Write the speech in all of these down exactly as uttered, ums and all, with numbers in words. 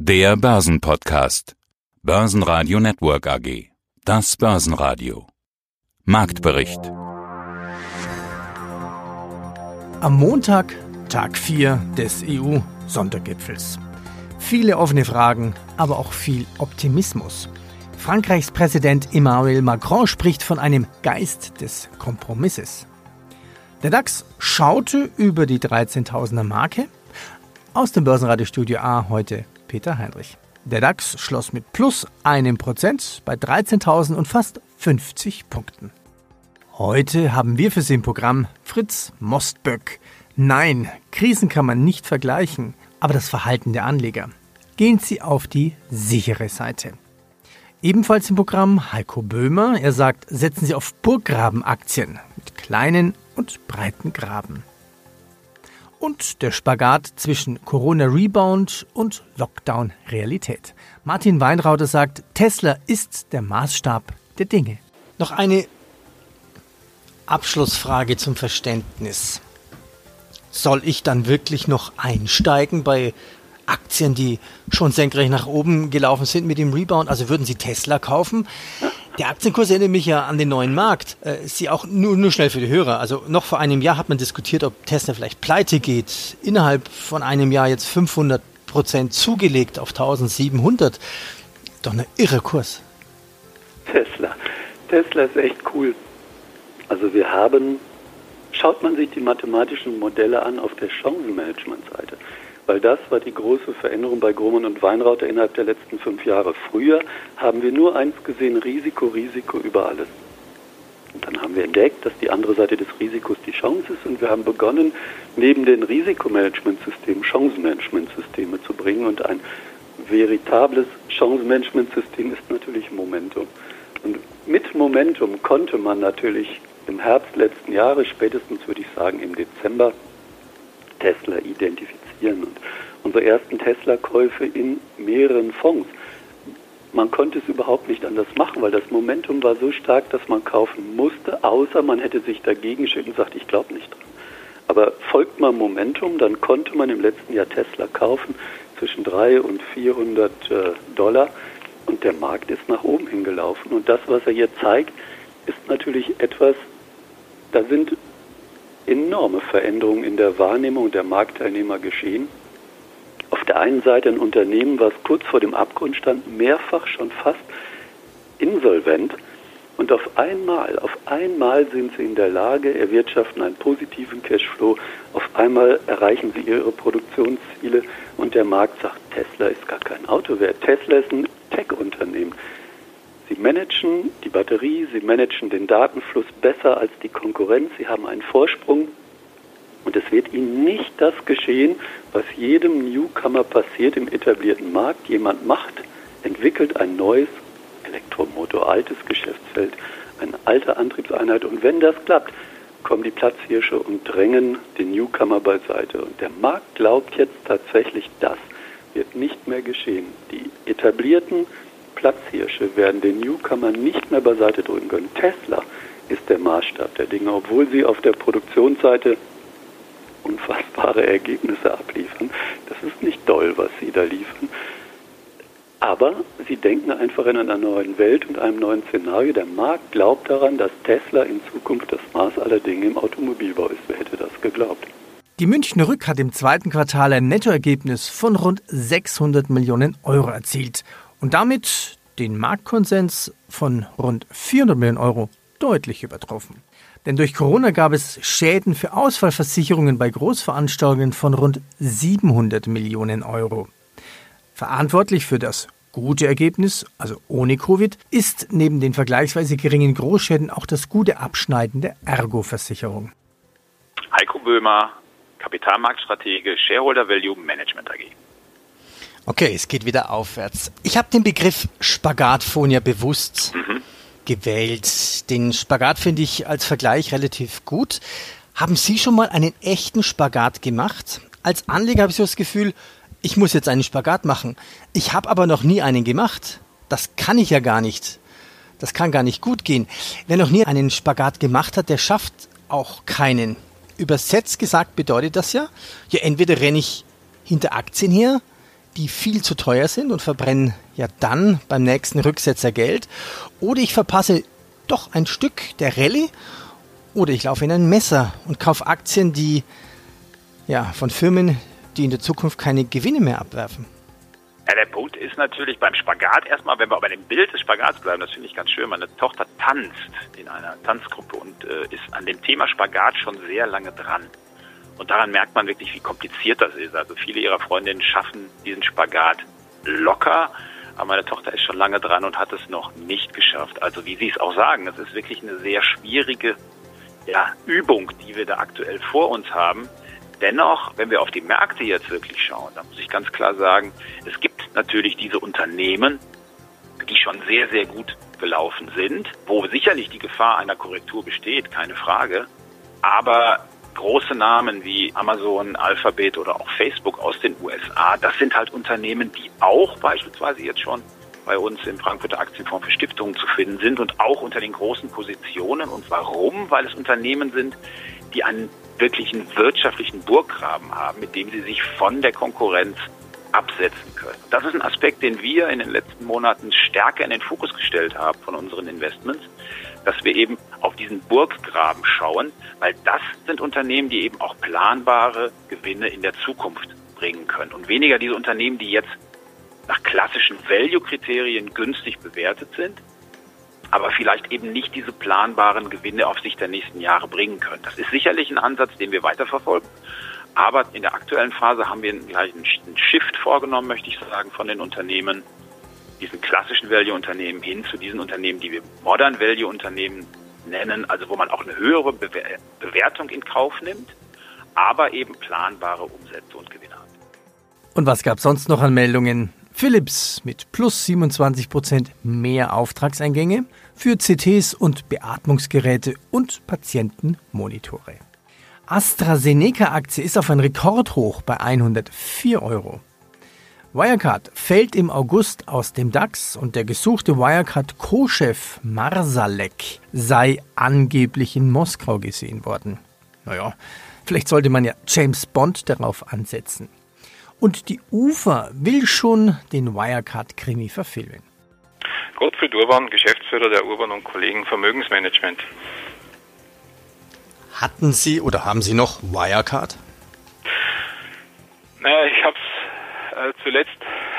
Der Börsenpodcast. Börsenradio Network A G. Das Börsenradio. Marktbericht. Am Montag, Tag vier des E U-Sondergipfels. Viele offene Fragen, aber auch viel Optimismus. Frankreichs Präsident Emmanuel Macron spricht von einem Geist des Kompromisses. Der DAX schaute über die dreizehntausender Marke. Aus dem Börsenradiostudio A heute Peter Heinrich. Der DAX schloss mit plus einem Prozent bei dreizehntausend und fast fünfzig Punkten. Heute haben wir für Sie im Programm Fritz Mostböck. Nein, Krisen kann man nicht vergleichen, aber das Verhalten der Anleger. Gehen Sie auf die sichere Seite. Ebenfalls im Programm Heiko Böhmer. Er sagt, setzen Sie auf Burggrabenaktien mit kleinen und breiten Graben. Und der Spagat zwischen Corona-Rebound und Lockdown-Realität. Martin Weinrauter sagt, Tesla ist der Maßstab der Dinge. Noch eine Abschlussfrage zum Verständnis. Soll ich dann wirklich noch einsteigen bei Aktien, die schon senkrecht nach oben gelaufen sind mit dem Rebound? Also würden Sie Tesla kaufen? Der Aktienkurs erinnert mich ja an den neuen Markt. Äh, Sie auch nur, nur schnell für die Hörer. Also noch vor einem Jahr hat man diskutiert, ob Tesla vielleicht pleite geht. Innerhalb von einem Jahr jetzt fünfhundert Prozent zugelegt auf eintausendsiebenhundert. Doch ein irrer Kurs. Tesla. Tesla ist echt cool. Also wir haben, schaut man sich die mathematischen Modelle an auf der Chancenmanagement-Seite. Weil das war die große Veränderung bei Grohmann und Weinrauter innerhalb der letzten fünf Jahre. Früher haben wir nur eins gesehen, Risiko, Risiko über alles. Und dann haben wir entdeckt, dass die andere Seite des Risikos die Chance ist und wir haben begonnen, neben den Risikomanagementsystemen Chancenmanagementsysteme zu bringen und ein veritables Chancenmanagementsystem ist natürlich Momentum. Und mit Momentum konnte man natürlich im Herbst letzten Jahres, spätestens würde ich sagen im Dezember, Tesla identifizieren. Und unsere ersten Tesla-Käufe in mehreren Fonds. Man konnte es überhaupt nicht anders machen, weil das Momentum war so stark, dass man kaufen musste, außer man hätte sich dagegen geschickt und gesagt, ich glaube nicht dran. Aber folgt man Momentum, dann konnte man im letzten Jahr Tesla kaufen zwischen dreihundert und vierhundert Dollar und der Markt ist nach oben hingelaufen. Und das, was er hier zeigt, ist natürlich etwas, da sind enorme Veränderungen in der Wahrnehmung der Marktteilnehmer geschehen. Auf der einen Seite ein Unternehmen, was kurz vor dem Abgrund stand, mehrfach schon fast insolvent. Und auf einmal, auf einmal sind sie in der Lage, erwirtschaften einen positiven Cashflow. Auf einmal erreichen sie ihre Produktionsziele und der Markt sagt, Tesla ist gar kein Auto wert. Tesla ist ein Tech-Unternehmen. Sie managen die Batterie, sie managen den Datenfluss besser als die Konkurrenz, sie haben einen Vorsprung und es wird ihnen nicht das geschehen, was jedem Newcomer passiert im etablierten Markt. Jemand macht, entwickelt ein neues Elektromotor, altes Geschäftsfeld, eine alte Antriebseinheit und wenn das klappt, kommen die Platzhirsche und drängen den Newcomer beiseite. Und der Markt glaubt jetzt tatsächlich, das wird nicht mehr geschehen. Die etablierten Platzhirsche werden den Newcomer nicht mehr beiseite drücken können. Tesla ist der Maßstab der Dinge, obwohl sie auf der Produktionsseite unfassbare Ergebnisse abliefern. Das ist nicht doll, was sie da liefern. Aber sie denken einfach in einer neuen Welt und einem neuen Szenario. Der Markt glaubt daran, dass Tesla in Zukunft das Maß aller Dinge im Automobilbau ist. Wer hätte das geglaubt? Die Münchner Rück hat im zweiten Quartal ein Nettoergebnis von rund sechshundert Millionen Euro erzielt. Und damit den Marktkonsens von rund vierhundert Millionen Euro deutlich übertroffen. Denn durch Corona gab es Schäden für Ausfallversicherungen bei Großveranstaltungen von rund siebenhundert Millionen Euro. Verantwortlich für das gute Ergebnis, also ohne Covid, ist neben den vergleichsweise geringen Großschäden auch das gute Abschneiden der Ergo-Versicherung. Heiko Böhmer, Kapitalmarktstratege, Shareholder Value Management A G. Okay, es geht wieder aufwärts. Ich habe den Begriff Spagat vorhin ja bewusst mhm. gewählt. Den Spagat finde ich als Vergleich relativ gut. Haben Sie schon mal einen echten Spagat gemacht? Als Anleger habe ich so das Gefühl, ich muss jetzt einen Spagat machen. Ich habe aber noch nie einen gemacht. Das kann ich ja gar nicht. Das kann gar nicht gut gehen. Wer noch nie einen Spagat gemacht hat, der schafft auch keinen. Übersetzt gesagt bedeutet das ja, ja entweder renne ich hinter Aktien her, die viel zu teuer sind und verbrenne ja dann beim nächsten Rücksetzer Geld. Oder ich verpasse doch ein Stück der Rallye. Oder ich laufe in ein Messer und kaufe Aktien, die ja von Firmen, die in der Zukunft keine Gewinne mehr abwerfen. Ja, der Punkt ist natürlich beim Spagat erstmal, wenn wir bei dem Bild des Spagats bleiben, das finde ich ganz schön. Meine Tochter tanzt in einer Tanzgruppe und äh, ist an dem Thema Spagat schon sehr lange dran. Und daran merkt man wirklich, wie kompliziert das ist. Also viele ihrer Freundinnen schaffen diesen Spagat locker, aber meine Tochter ist schon lange dran und hat es noch nicht geschafft. Also wie Sie es auch sagen, das ist wirklich eine sehr schwierige ja, Übung, die wir da aktuell vor uns haben. Dennoch, wenn wir auf die Märkte jetzt wirklich schauen, da muss ich ganz klar sagen, es gibt natürlich diese Unternehmen, die schon sehr, sehr gut gelaufen sind, wo sicherlich die Gefahr einer Korrektur besteht, keine Frage. Aber große Namen wie Amazon, Alphabet oder auch Facebook aus den U S A, das sind halt Unternehmen, die auch beispielsweise jetzt schon bei uns im Frankfurter Aktienfonds für Stiftungen zu finden sind und auch unter den großen Positionen. Und warum? Weil es Unternehmen sind, die einen wirklichen wirtschaftlichen Burggraben haben, mit dem sie sich von der Konkurrenz absetzen können. Das ist ein Aspekt, den wir in den letzten Monaten stärker in den Fokus gestellt haben von unseren Investments, dass wir eben auf diesen Burggraben schauen, weil das sind Unternehmen, die eben auch planbare Gewinne in der Zukunft bringen können und weniger diese Unternehmen, die jetzt nach klassischen Value-Kriterien günstig bewertet sind, aber vielleicht eben nicht diese planbaren Gewinne auf Sicht der nächsten Jahre bringen können. Das ist sicherlich ein Ansatz, den wir weiterverfolgen. Aber in der aktuellen Phase haben wir gleich einen Shift vorgenommen, möchte ich sagen, von den Unternehmen, diesen klassischen Value-Unternehmen hin zu diesen Unternehmen, die wir Modern Value-Unternehmen nennen, also wo man auch eine höhere Bewertung in Kauf nimmt, aber eben planbare Umsätze und Gewinne hat. Und was gab es sonst noch an Meldungen? Philips mit plus siebenundzwanzig Prozent mehr Auftragseingänge für C Ts und Beatmungsgeräte und Patientenmonitore. AstraZeneca-Aktie ist auf ein Rekordhoch bei hundertvier Euro. Wirecard fällt im August aus dem DAX und der gesuchte Wirecard-Co-Chef Marsalek sei angeblich in Moskau gesehen worden. Naja, vielleicht sollte man ja James Bond darauf ansetzen. Und die U F A will schon den Wirecard-Krimi verfilmen. Gottfried Urban, Geschäftsführer der Urban und Kollegen Vermögensmanagement. Hatten Sie oder haben Sie noch Wirecard? Naja, ich habe es äh, zuletzt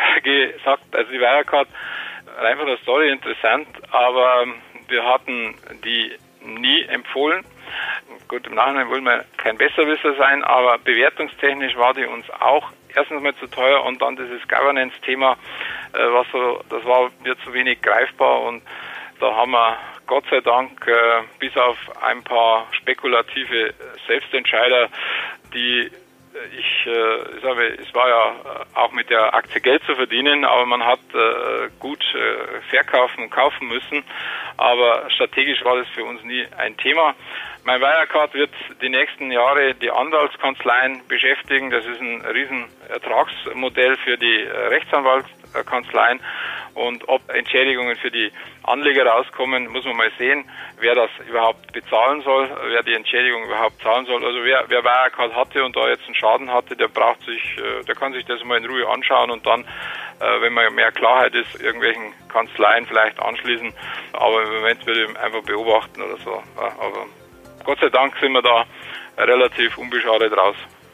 gesagt, also die Wirecard, rein von der Story interessant, aber wir hatten die nie empfohlen. Gut, im Nachhinein wollen wir kein Besserwisser sein, aber bewertungstechnisch war die uns auch erstens mal zu teuer und dann dieses Governance-Thema, äh, was so, das war mir zu wenig greifbar und da haben wir Gott sei Dank äh, bis auf ein paar spekulative Selbstentscheider, die ich äh, sage, es war ja auch mit der Aktie Geld zu verdienen, aber man hat äh, gut äh, verkaufen und kaufen müssen, aber strategisch war das für uns nie ein Thema. Mein Wirecard wird die nächsten Jahre die Anwaltskanzleien beschäftigen. Das ist ein riesen Ertragsmodell für die Rechtsanwaltskanzleien. Und ob Entschädigungen für die Anleger rauskommen, muss man mal sehen, wer das überhaupt bezahlen soll, wer die Entschädigung überhaupt zahlen soll. Also wer, wer Wirecard hatte und da jetzt einen Schaden hatte, der braucht sich, der kann sich das mal in Ruhe anschauen und dann, wenn man mehr Klarheit ist, irgendwelchen Kanzleien vielleicht anschließen. Aber im Moment würde ich einfach beobachten oder so. Aber Gott sei Dank sind wir da relativ unbeschadet raus,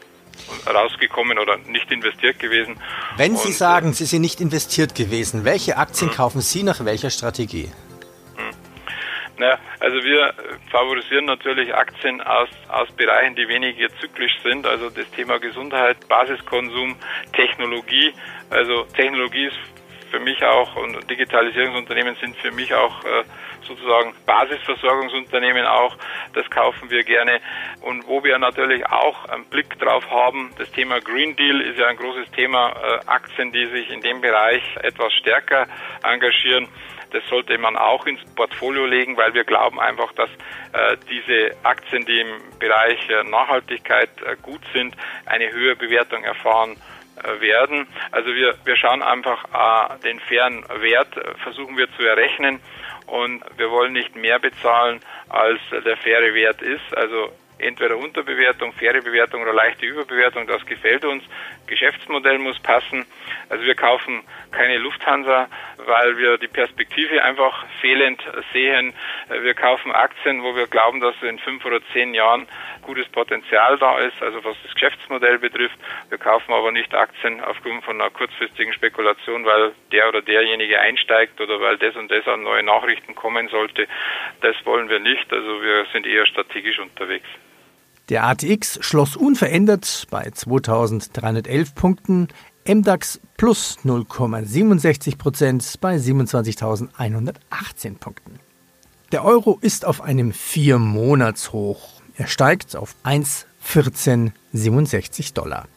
rausgekommen oder nicht investiert gewesen. Wenn Sie und, sagen, Sie sind nicht investiert gewesen, welche Aktien mh. kaufen Sie nach welcher Strategie? Mh. Naja, also wir favorisieren natürlich Aktien aus, aus Bereichen, die weniger zyklisch sind. Also das Thema Gesundheit, Basiskonsum, Technologie. Also Technologie ist für mich auch und Digitalisierungsunternehmen sind für mich auch äh, sozusagen Basisversorgungsunternehmen auch, das kaufen wir gerne. Und wo wir natürlich auch einen Blick drauf haben, das Thema Green Deal ist ja ein großes Thema, äh, Aktien, die sich in dem Bereich etwas stärker engagieren. Das sollte man auch ins Portfolio legen, weil wir glauben einfach, dass äh, diese Aktien, die im Bereich äh, Nachhaltigkeit äh, gut sind, eine höhere Bewertung erfahren äh, werden. Also wir, wir schauen einfach äh, den fairen Wert, äh, versuchen wir zu errechnen. Und wir wollen nicht mehr bezahlen, als der faire Wert ist. Also entweder Unterbewertung, faire Bewertung oder leichte Überbewertung, das gefällt uns. Geschäftsmodell muss passen. Also wir kaufen keine Lufthansa, weil wir die Perspektive einfach fehlend sehen. Wir kaufen Aktien, wo wir glauben, dass in fünf oder zehn Jahren gutes Potenzial da ist, also was das Geschäftsmodell betrifft. Wir kaufen aber nicht Aktien aufgrund von einer kurzfristigen Spekulation, weil der oder derjenige einsteigt oder weil das und das an neue Nachrichten kommen sollte. Das wollen wir nicht, also wir sind eher strategisch unterwegs. Der A T X schloss unverändert bei zweitausenddreihundertelf Punkten, M DAX plus null Komma siebenundsechzig Prozent bei siebenundzwanzigtausendeinhundertachtzehn Punkten. Der Euro ist auf einem Vier-Monats-Hoch. Er steigt auf eins Komma vierzehn siebenundsechzig Dollar.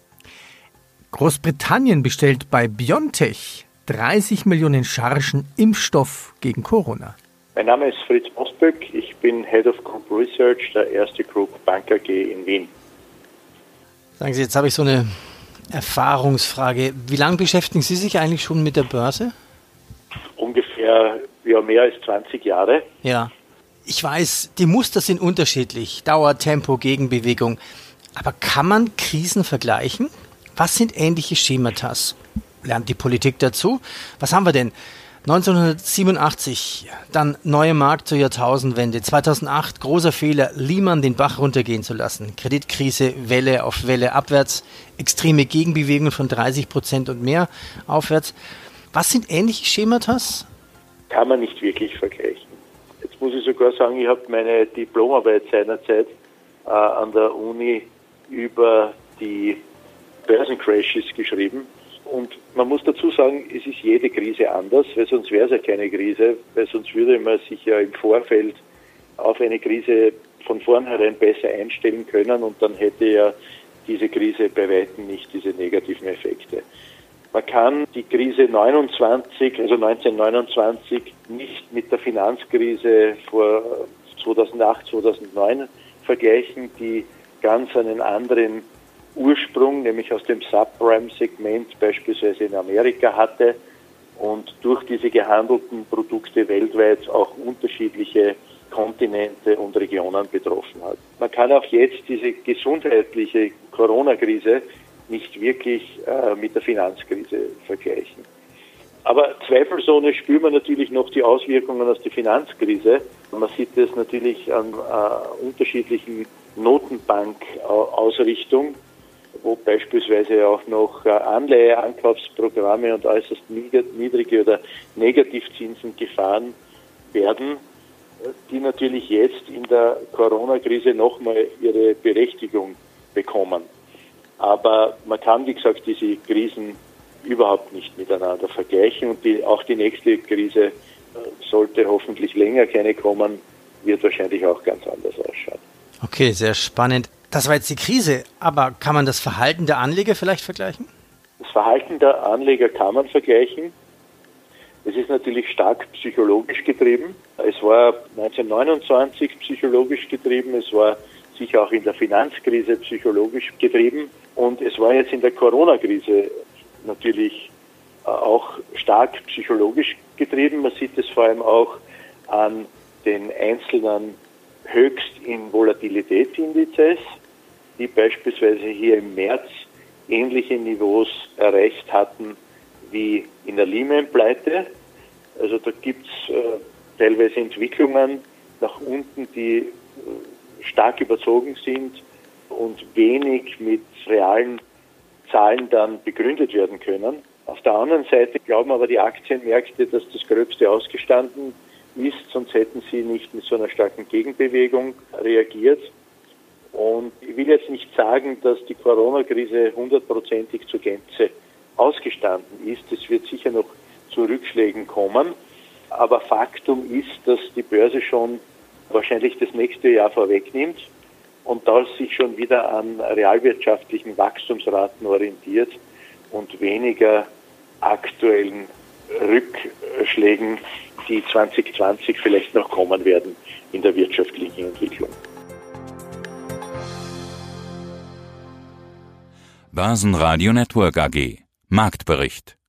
Großbritannien bestellt bei BioNTech dreißig Millionen Chargen Impfstoff gegen Corona. Mein Name ist Fritz Mosböck, ich bin Head of Group Research der Erste Group Bank A G in Wien. Sagen Sie, jetzt habe ich so eine Erfahrungsfrage. Wie lange beschäftigen Sie sich eigentlich schon mit der Börse? Ungefähr ja, mehr als zwanzig Jahre. Ja, ich weiß, die Muster sind unterschiedlich, Dauer, Tempo, Gegenbewegung. Aber kann man Krisen vergleichen? Was sind ähnliche Schematas? Lernt die Politik dazu? Was haben wir denn? neunzehnhundertsiebenundachtzig, dann neue Markt zur Jahrtausendwende, zweitausendacht großer Fehler, Lehman den Bach runtergehen zu lassen, Kreditkrise, Welle auf Welle abwärts, extreme Gegenbewegungen von dreißig Prozent und mehr aufwärts. Was sind ähnliche Schematas? Kann man nicht wirklich vergleichen. Jetzt muss ich sogar sagen, ich habe meine Diplomarbeit seinerzeit äh, an der Uni über die Börsencrashes geschrieben. Und man muss dazu sagen, es ist jede Krise anders, weil sonst wäre es ja keine Krise, weil sonst würde man sich ja im Vorfeld auf eine Krise von vornherein besser einstellen können und dann hätte ja diese Krise bei weitem nicht diese negativen Effekte. Man kann die Krise neunundzwanzig, also neunzehnhundertneunundzwanzig nicht mit der Finanzkrise vor zweitausendacht, zweitausendneun vergleichen, die ganz einen anderen Ursprung, nämlich aus dem Subprime-Segment beispielsweise in Amerika hatte und durch diese gehandelten Produkte weltweit auch unterschiedliche Kontinente und Regionen betroffen hat. Man kann auch jetzt diese gesundheitliche Corona-Krise nicht wirklich äh, mit der Finanzkrise vergleichen. Aber zweifelsohne spürt man natürlich noch die Auswirkungen aus der Finanzkrise. Man sieht das natürlich an äh, unterschiedlichen Notenbank-Ausrichtungen, wo beispielsweise auch noch Anleiheankaufsprogramme und äußerst niedrige oder Negativzinsen gefahren werden, die natürlich jetzt in der Corona-Krise nochmal ihre Berechtigung bekommen. Aber man kann, wie gesagt, diese Krisen überhaupt nicht miteinander vergleichen und die, auch die nächste Krise sollte hoffentlich länger keine kommen, wird wahrscheinlich auch ganz anders ausschauen. Okay, sehr spannend. Das war jetzt die Krise, aber kann man das Verhalten der Anleger vielleicht vergleichen? Das Verhalten der Anleger kann man vergleichen. Es ist natürlich stark psychologisch getrieben. Es war neunzehnhundertneunundzwanzig psychologisch getrieben, es war sicher auch in der Finanzkrise psychologisch getrieben und es war jetzt in der Corona-Krise natürlich auch stark psychologisch getrieben. Man sieht es vor allem auch an den einzelnen Höchst in Volatilitätsindizes, die beispielsweise hier im März ähnliche Niveaus erreicht hatten wie in der Lehman-Pleite. Also da gibt es äh, teilweise Entwicklungen nach unten, die äh, stark überzogen sind und wenig mit realen Zahlen dann begründet werden können. Auf der anderen Seite glauben aber die Aktienmärkte, dass das Gröbste ausgestanden ist, sonst hätten sie nicht mit so einer starken Gegenbewegung reagiert. Und ich will jetzt nicht sagen, dass die Corona-Krise hundertprozentig zur Gänze ausgestanden ist. Es wird sicher noch zu Rückschlägen kommen. Aber Faktum ist, dass die Börse schon wahrscheinlich das nächste Jahr vorwegnimmt und da sich schon wieder an realwirtschaftlichen Wachstumsraten orientiert und weniger aktuellen Rückschlägen, die zwanzig zwanzig vielleicht noch kommen werden in der wirtschaftlichen Entwicklung. Börsenradio Network A G Marktbericht